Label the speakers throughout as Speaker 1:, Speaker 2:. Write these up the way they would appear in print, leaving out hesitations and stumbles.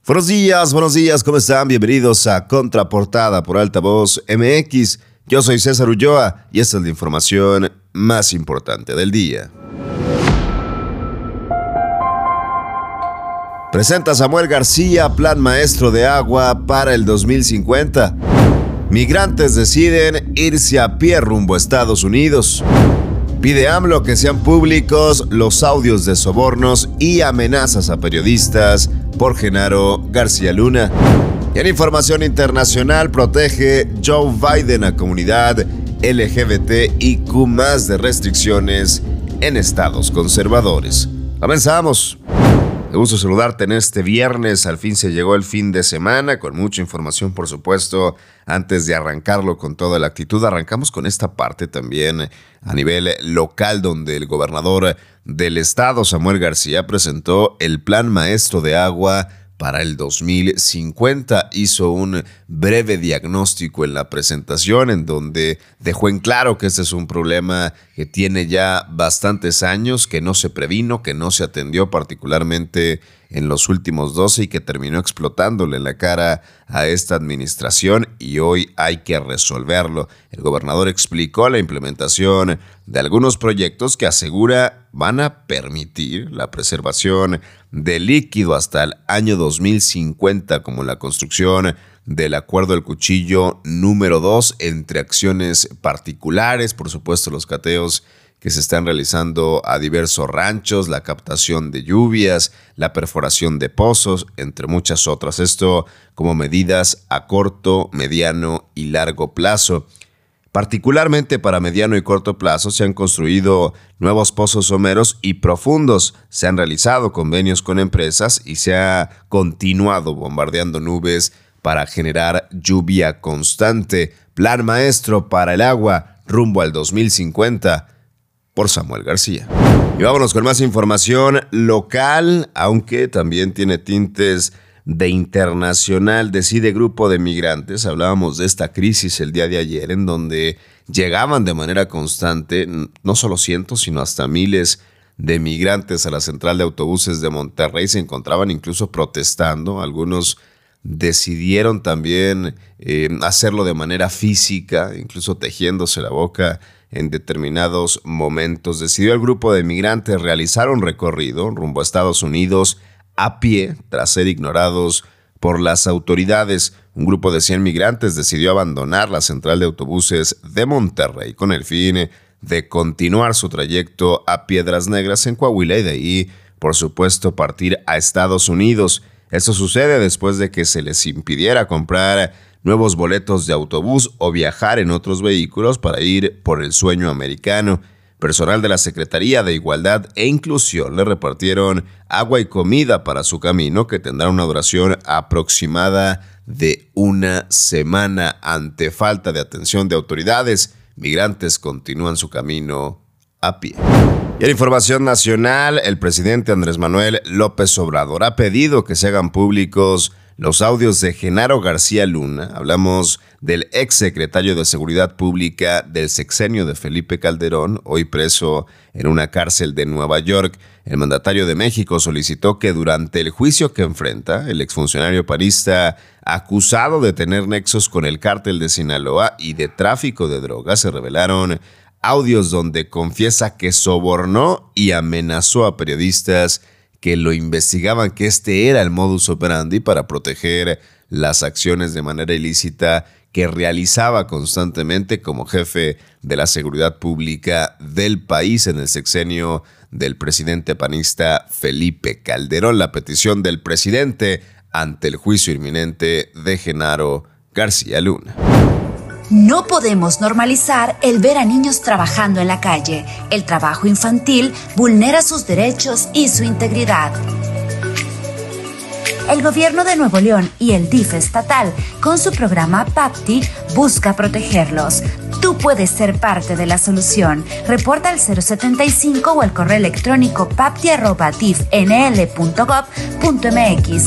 Speaker 1: Buenos días, ¿cómo están? Bienvenidos a Contraportada por Altavoz MX. Yo soy César Ulloa y esta es la información más importante del día. Presenta Samuel García Plan Maestro de Agua para el 2050. Migrantes deciden irse a pie rumbo a Estados Unidos. Pide AMLO que sean públicos los audios de sobornos y amenazas a periodistas por Genaro García Luna. Y en información internacional, protege Joe Biden a comunidad LGBTIQ+ de restricciones en estados conservadores. Comenzamos. Me gusta saludarte en este viernes. Al fin se llegó el fin de semana, con mucha información, por supuesto. Antes de arrancarlo con toda la actitud, arrancamos con esta parte también a nivel local, donde el gobernador del estado, Samuel García, presentó el Plan Maestro de Agua para el 2050. Hizo un breve diagnóstico en la presentación, en donde dejó en claro que este es un problema que tiene ya bastantes años, que no se previno, que no se atendió particularmente en los últimos 12 y que terminó explotándole la cara a esta administración, y hoy hay que resolverlo. El gobernador explicó la implementación de algunos proyectos que asegura van a permitir la preservación de líquido hasta el año 2050, como la construcción del Acuerdo del Cuchillo número 2, entre acciones particulares, por supuesto los cateos que se están realizando a diversos ranchos, la captación de lluvias, la perforación de pozos, entre muchas otras. Esto como medidas a corto, mediano y largo plazo. Particularmente para mediano y corto plazo se han construido nuevos pozos someros y profundos, se han realizado convenios con empresas y se ha continuado bombardeando nubes para generar lluvia constante. Plan Maestro para el Agua rumbo al 2050 por Samuel García. Y vámonos con más información local, aunque también tiene tintes de internacional. Decide grupo de migrantes. Hablábamos de esta crisis el día de ayer, en donde llegaban de manera constante no solo cientos, sino hasta miles de migrantes a la central de autobuses de Monterrey. Se encontraban incluso protestando. Algunos decidieron también hacerlo de manera física, incluso tejiéndose la boca en determinados momentos. Decidió el grupo de migrantes realizar un recorrido rumbo a Estados Unidos a pie tras ser ignorados por las autoridades. Un grupo de 100 migrantes decidió abandonar la central de autobuses de Monterrey con el fin de continuar su trayecto a Piedras Negras en Coahuila y de ahí, por supuesto, partir a Estados Unidos. Esto sucede después de que se les impidiera comprar nuevos boletos de autobús o viajar en otros vehículos para ir por el sueño americano. Personal de la Secretaría de Igualdad e Inclusión le repartieron agua y comida para su camino, que tendrá una duración aproximada de una semana. Ante falta de atención de autoridades, migrantes continúan su camino a pie. Y en información nacional, el presidente Andrés Manuel López Obrador ha pedido que se hagan públicos los audios de Genaro García Luna. Hablamos del exsecretario de Seguridad Pública del sexenio de Felipe Calderón, hoy preso en una cárcel de Nueva York. El mandatario de México solicitó que durante el juicio que enfrenta, el exfuncionario panista acusado de tener nexos con el cártel de Sinaloa y de tráfico de drogas, se revelaron audios donde confiesa que sobornó y amenazó a periodistas que lo investigaban, que este era el modus operandi para proteger las acciones de manera ilícita que realizaba constantemente como jefe de la seguridad pública del país en el sexenio del presidente panista Felipe Calderón. La petición del presidente ante el juicio inminente de Genaro García Luna.
Speaker 2: No podemos normalizar el ver a niños trabajando en la calle. El trabajo infantil vulnera sus derechos y su integridad. El gobierno de Nuevo León y el DIF estatal, con su programa PAPTI, busca protegerlos. Tú puedes ser parte de la solución. Reporta al 075 o al correo electrónico papti@difnl.gov.mx.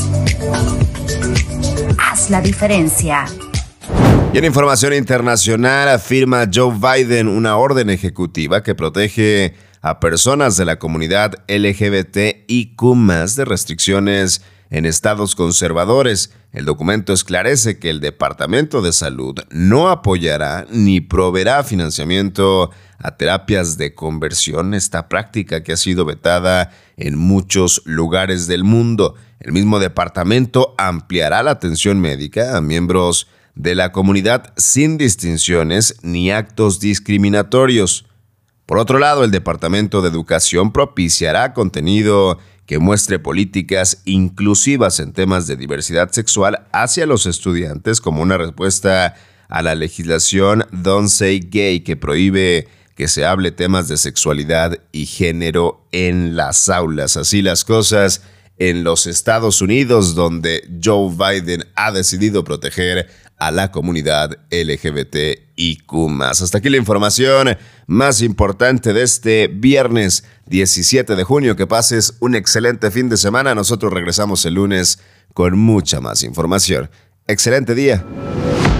Speaker 2: Haz la diferencia.
Speaker 1: Y en información internacional, firma Joe Biden una orden ejecutiva que protege a personas de la comunidad LGBTIQ+ de restricciones en estados conservadores. El documento esclarece que el Departamento de Salud no apoyará ni proveerá financiamiento a terapias de conversión, esta práctica que ha sido vetada en muchos lugares del mundo. El mismo departamento ampliará la atención médica a miembros de la comunidad sin distinciones ni actos discriminatorios. Por otro lado, el Departamento de Educación propiciará contenido que muestre políticas inclusivas en temas de diversidad sexual hacia los estudiantes como una respuesta a la legislación Don't Say Gay, que prohíbe que se hable temas de sexualidad y género en las aulas. Así las cosas en los Estados Unidos, donde Joe Biden ha decidido proteger a la comunidad LGBTIQ+. Hasta aquí la información más importante de este viernes 17 de junio. Que pases un excelente fin de semana. Nosotros regresamos el lunes con mucha más información. Excelente día.